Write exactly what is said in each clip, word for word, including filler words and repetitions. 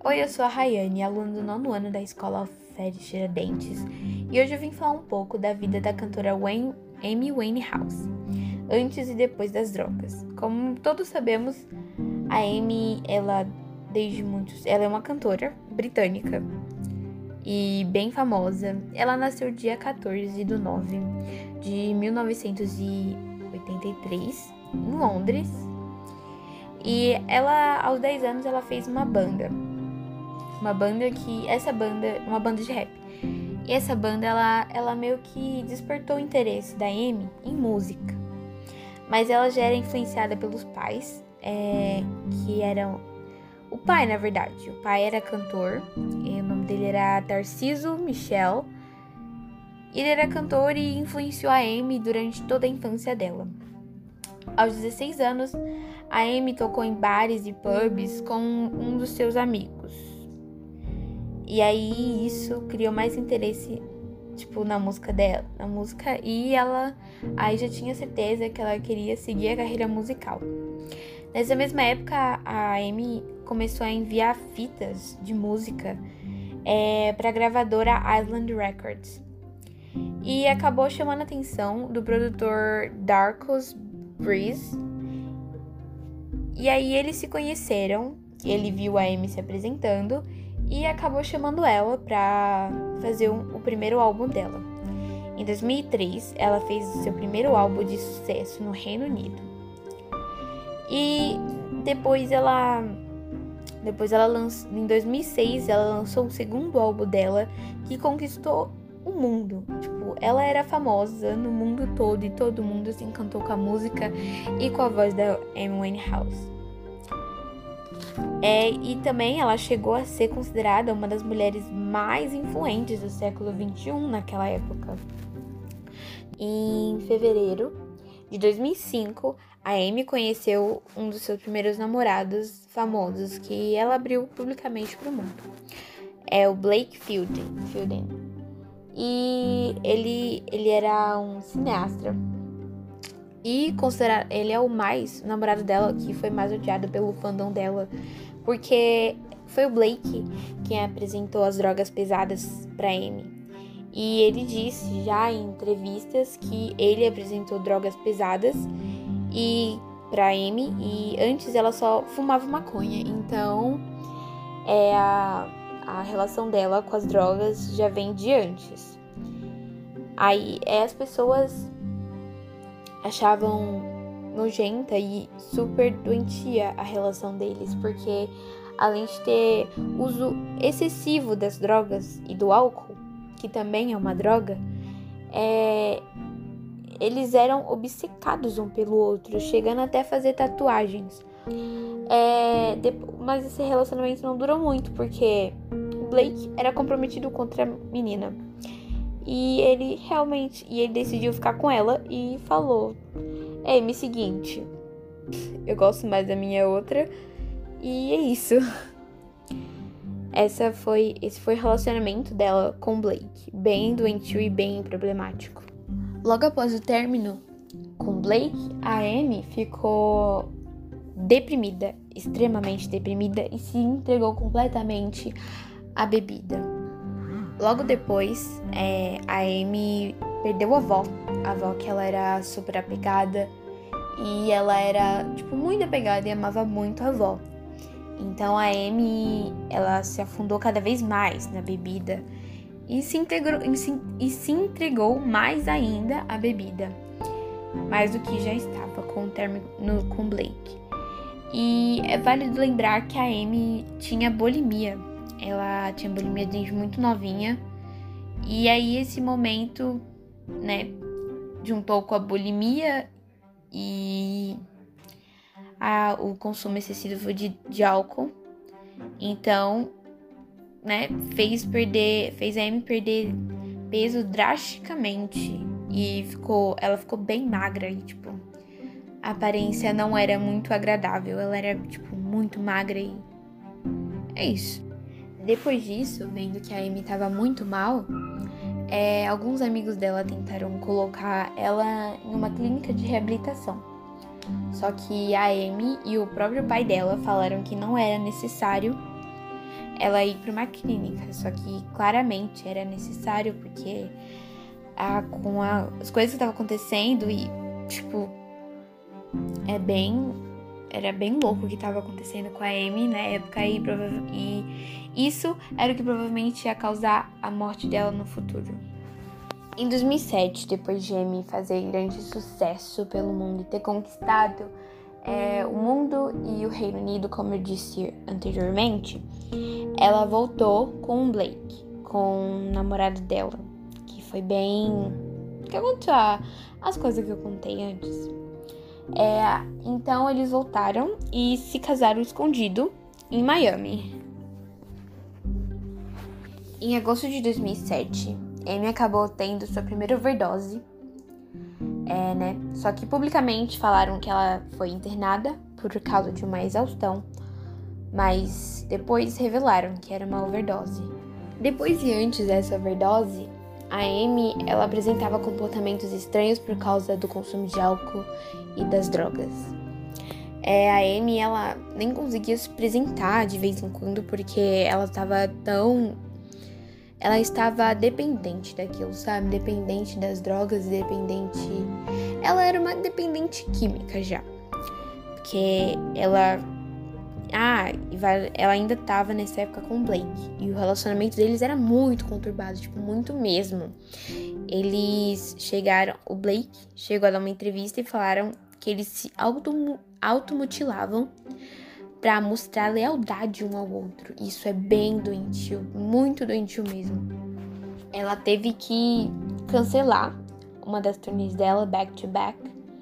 Oi, eu sou a Rayane, aluna do nono ano da Escola Fé de Tiradentes, e hoje eu vim falar um pouco da vida da cantora Wayne, Amy Winehouse, antes e depois das drogas. Como todos sabemos, a Amy, ela, desde muitos, ela é uma cantora britânica e bem famosa. Ela nasceu dia quatorze de nove de mil novecentos e oitenta e três, em Londres, e ela, aos dez anos, ela fez uma banda. Uma banda que... Essa banda... Uma banda de rap. E essa banda, ela, ela meio que despertou o interesse da Amy em música. Mas ela já era influenciada pelos pais, é, que eram... O pai, na verdade. O pai era cantor. E o nome dele era Tarcísio Michel. Ele era cantor e influenciou a Amy durante toda a infância dela. Aos dezesseis anos, a Amy tocou em bares e pubs com um dos seus amigos. E aí isso criou mais interesse, tipo, na música dela, na música, e ela aí já tinha certeza que ela queria seguir a carreira musical. Nessa mesma época, a Amy começou a enviar fitas de música é, para a gravadora Island Records. E acabou chamando a atenção do produtor Darcus Breeze. E aí eles se conheceram, ele viu a Amy se apresentando e acabou chamando ela para fazer um, o primeiro álbum dela. Em dois mil e três, ela fez o seu primeiro álbum de sucesso no Reino Unido. E depois ela, depois ela lançou, em dois mil e seis, ela lançou o segundo álbum dela, que conquistou o mundo. Tipo, ela era famosa no mundo todo e todo mundo se encantou com a música e com a voz da Amy Winehouse. É, e também ela chegou a ser considerada uma das mulheres mais influentes do século vinte e um naquela época. Em fevereiro de dois mil e cinco, a Amy conheceu um dos seus primeiros namorados famosos que ela abriu publicamente para o mundo. É o Blake Fielding. Fielding. E ele, ele era um cineasta. E considerar, ele é o mais o namorado dela que foi mais odiado pelo fandom dela, porque foi o Blake quem apresentou as drogas pesadas pra Amy. E ele disse já em entrevistas que ele apresentou drogas pesadas e pra Amy, e antes ela só fumava maconha. Então é a A relação dela com as drogas já vem de antes. Aí é, as pessoas achavam nojenta e super doentia a relação deles, porque além de ter uso excessivo das drogas e do álcool, que também é uma droga, é, eles eram obcecados um pelo outro, chegando até a fazer tatuagens. É, mas esse relacionamento não durou muito, porque o Blake era comprometido contra a menina. E ele realmente... E ele decidiu ficar com ela e falou: Amy, seguinte, eu gosto mais da minha outra. E é isso. Essa foi, esse foi o relacionamento dela com o Blake. Bem doentio e bem problemático. Logo após o término com o Blake, a Amy ficou deprimida, extremamente deprimida, e se entregou completamente à bebida. Logo depois, é, a Amy perdeu a avó, a avó que ela era super apegada, e ela era, tipo, muito apegada e amava muito a avó. Então a Amy, ela se afundou cada vez mais na bebida e se, integrou, e se, e se entregou mais ainda à bebida, mais do que já estava com o término com Blake. E é válido lembrar que a Amy tinha bulimia. Ela tinha bulimia desde muito novinha. E aí esse momento, né, juntou com a bulimia e a, o consumo excessivo de, de álcool. Então, né, fez perder, fez a Amy perder peso drasticamente. E ficou, ela ficou bem magra e, tipo, a aparência não era muito agradável. Ela era, tipo, muito magra e... é isso. Depois disso, vendo que a Amy tava muito mal, é, alguns amigos dela tentaram colocar ela em uma clínica de reabilitação. Só que a Amy e o próprio pai dela falaram que não era necessário ela ir para uma clínica, só que claramente era necessário porque a, com a, as coisas que estavam acontecendo e, tipo, é bem, era bem louco o que estava acontecendo com a Amy na época e, e isso era o que provavelmente ia causar a morte dela no futuro. Em dois mil e sete, depois de Amy fazer grande sucesso pelo mundo e ter conquistado é, o mundo e o Reino Unido, como eu disse anteriormente, ela voltou com o Blake, com o namorado dela, que foi bem... que eu conto as coisas que eu contei antes. É, então eles voltaram e se casaram escondido em Miami. Em agosto de dois mil e sete, Amy acabou tendo sua primeira overdose, é, né? Só que publicamente falaram que ela foi internada por causa de uma exaustão, mas depois revelaram que era uma overdose. Depois e antes dessa overdose, a Amy, ela apresentava comportamentos estranhos por causa do consumo de álcool e das drogas. É, a Amy, ela nem conseguia se apresentar de vez em quando porque ela estava tão... Ela estava dependente daquilo, sabe? Dependente das drogas, dependente... Ela era uma dependente química já. Porque ela... Ah, ela ainda estava nessa época com o Blake. E o relacionamento deles era muito conturbado, tipo, muito mesmo. Eles chegaram... O Blake chegou a dar uma entrevista e falaram que eles se auto, automutilavam pra mostrar lealdade um ao outro. Isso é bem doentio, muito doentio mesmo. Ela teve que cancelar uma das turnês dela, back to back,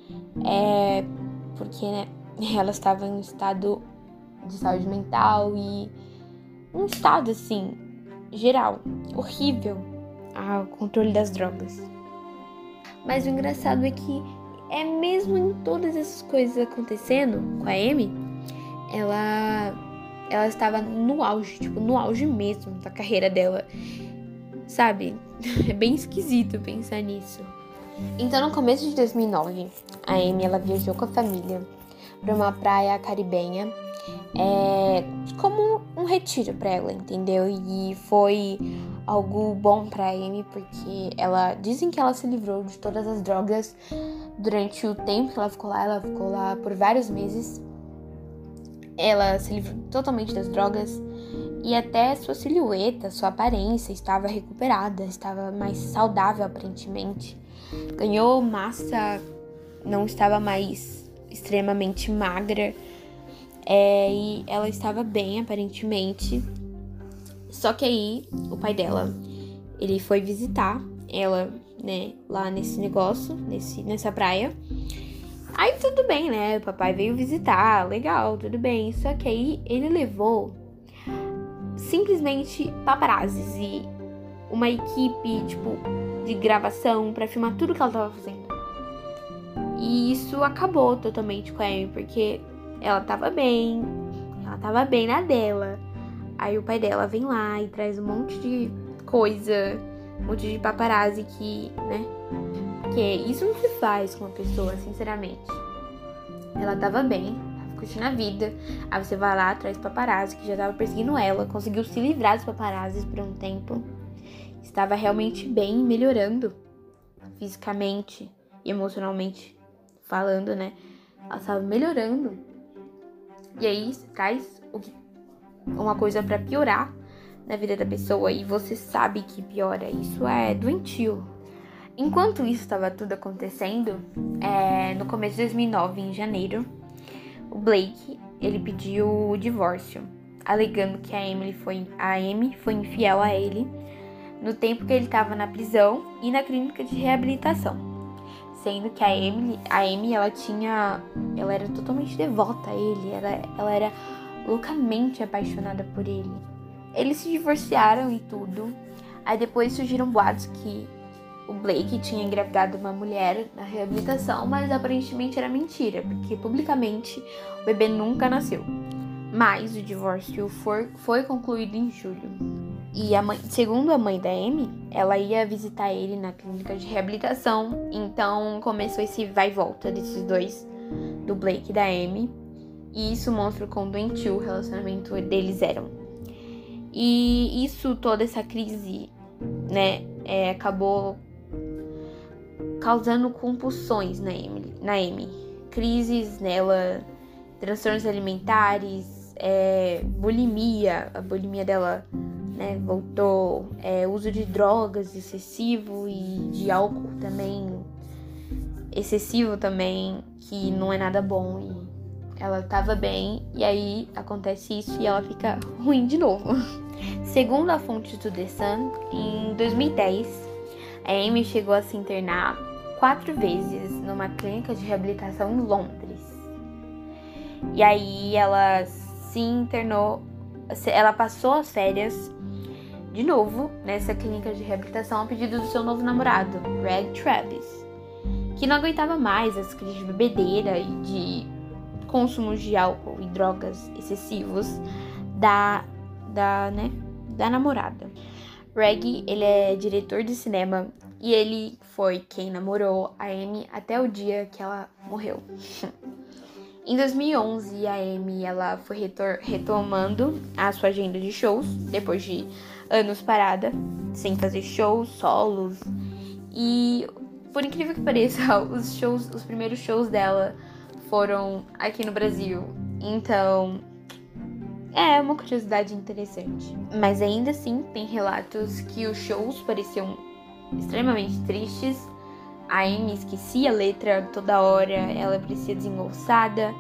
é, porque, né, ela estava em um estado de saúde mental e um estado, assim, geral, horrível, ao controle das drogas. Mas o engraçado é que é mesmo em todas essas coisas acontecendo com a Amy, ela, ela estava no auge, tipo, no auge mesmo da carreira dela, sabe? É bem esquisito pensar nisso. Então, no começo de dois mil e nove, a Amy, ela viajou com a família para uma praia caribenha, é, como um retiro para ela, entendeu? E foi algo bom para Amy, porque ela dizem que ela se livrou de todas as drogas durante o tempo que ela ficou lá. Ela ficou lá por vários meses. Ela se livrou totalmente das drogas e até sua silhueta, sua aparência estava recuperada, estava mais saudável aparentemente. Ganhou massa, não estava mais extremamente magra, é, e ela estava bem aparentemente. Só que aí o pai dela, ele foi visitar ela, né, lá nesse negócio, nesse, nessa praia. Aí tudo bem, né? O papai veio visitar, legal, tudo bem. Só que aí ele levou simplesmente paparazzis e uma equipe, tipo, de gravação pra filmar tudo que ela tava fazendo. E isso acabou totalmente com a Amy, porque ela tava bem, ela tava bem na dela. Aí o pai dela vem lá e traz um monte de coisa, um monte de paparazzi que, né? Porque isso não se faz com uma pessoa, sinceramente. Ela tava bem, tava curtindo a vida. Aí você vai lá, traz paparazzi que já tava perseguindo ela. Conseguiu se livrar dos paparazzis por um tempo. Estava realmente bem, melhorando fisicamente e emocionalmente falando, né? Ela estava melhorando. E aí você traz o que, uma coisa pra piorar na vida da pessoa e você sabe que piora. Isso é doentio. Enquanto isso estava tudo acontecendo, é, no começo de dois mil e nove, em janeiro, o Blake, ele pediu o divórcio, alegando que a Amy foi, a Amy foi infiel a ele no tempo que ele estava na prisão e na clínica de reabilitação, sendo que a Amy, a Amy ela tinha, ela era totalmente devota a ele, ela, ela era loucamente apaixonada por ele. Eles se divorciaram e tudo. Aí depois surgiram boatos que o Blake tinha engravidado uma mulher na reabilitação, mas aparentemente era mentira, porque publicamente o bebê nunca nasceu. Mas o divórcio foi, foi concluído em julho. E a mãe, segundo a mãe da Amy, ela ia visitar ele na clínica de reabilitação. Então começou esse vai e volta desses dois, do Blake e da Amy. E isso mostra o quão doentio o relacionamento deles eram. E isso, toda essa crise, né, é, acabou causando compulsões na Amy, na Amy. Crises nela, transtornos alimentares, é, bulimia, a bulimia dela, né, voltou, é, uso de drogas excessivo e de álcool também, excessivo também, que não é nada bom. E ela tava bem, e aí acontece isso e ela fica ruim de novo. Segundo a fonte do The Sun, em dois mil e dez, a Amy chegou a se internar quatro vezes numa clínica de reabilitação em Londres. E aí ela se internou, ela passou as férias de novo nessa clínica de reabilitação a pedido do seu novo namorado, Greg Travis, que não aguentava mais as crises de bebedeira e de consumo de álcool e drogas excessivos da, da, né, da namorada. Greg, ele é diretor de cinema e ele foi quem namorou a Amy até o dia que ela morreu. Em dois mil e onze, a Amy ela foi retor- retomando a sua agenda de shows, depois de anos parada, sem fazer shows, solos. E, por incrível que pareça, os shows, os primeiros shows dela foram aqui no Brasil. Então, é uma curiosidade interessante. Mas ainda assim, tem relatos que os shows pareciam extremamente tristes. A Amy esquecia a letra toda hora, ela parecia desengonçada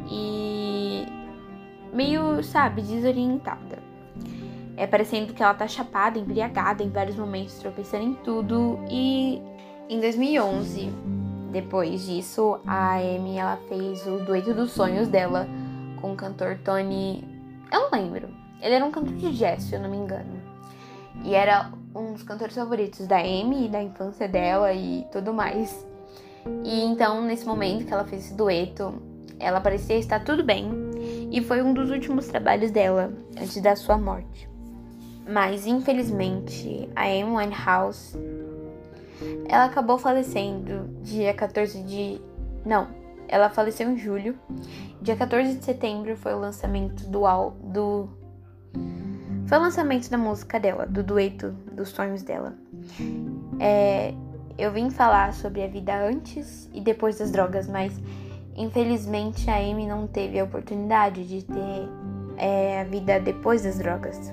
e meio, sabe, desorientada. É parecendo que ela tá chapada, embriagada em vários momentos, tropeçando em tudo. E em dois mil e onze, depois disso, a Amy ela fez o dueto dos sonhos dela com o cantor Tony. Eu não lembro. Ele era um cantor de jazz, se eu não me engano. E era um dos cantores favoritos da Amy, da infância dela e tudo mais. E então, nesse momento que ela fez esse dueto, ela parecia estar tudo bem. E foi um dos últimos trabalhos dela antes da sua morte. Mas, infelizmente, a Amy Winehouse, ela acabou falecendo dia quatorze de... Não, ela faleceu em julho. Dia quatorze de setembro foi o lançamento do... do... Foi o lançamento da música dela, do dueto dos sonhos dela. É, eu vim falar sobre a vida antes e depois das drogas, mas infelizmente a Amy não teve a oportunidade de ter é, a vida depois das drogas.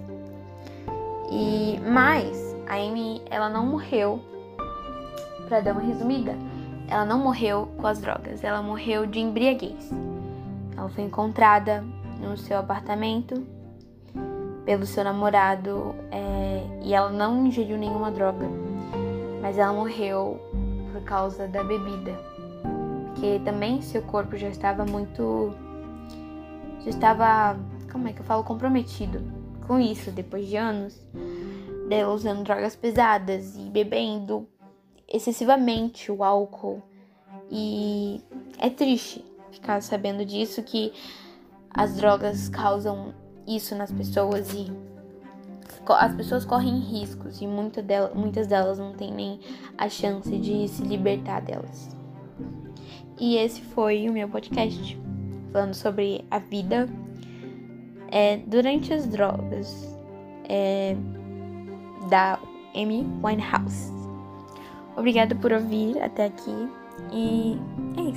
E, mas a Amy, ela não morreu, pra dar uma resumida, ela não morreu com as drogas, ela morreu de embriaguez. Ela foi encontrada no seu apartamento pelo seu namorado, é, e ela não ingeriu nenhuma droga, mas ela morreu por causa da bebida, porque também seu corpo já estava muito, já estava, como é que eu falo, comprometido com isso, depois de anos dela usando drogas pesadas e bebendo excessivamente o álcool. E é triste ficar sabendo disso, que as drogas causam isso nas pessoas e as pessoas correm riscos e muita delas, muitas delas não têm nem a chance de se libertar delas. E esse foi o meu podcast, falando sobre a vida é, durante as drogas é, da Amy Winehouse. Obrigada por ouvir até aqui e é isso.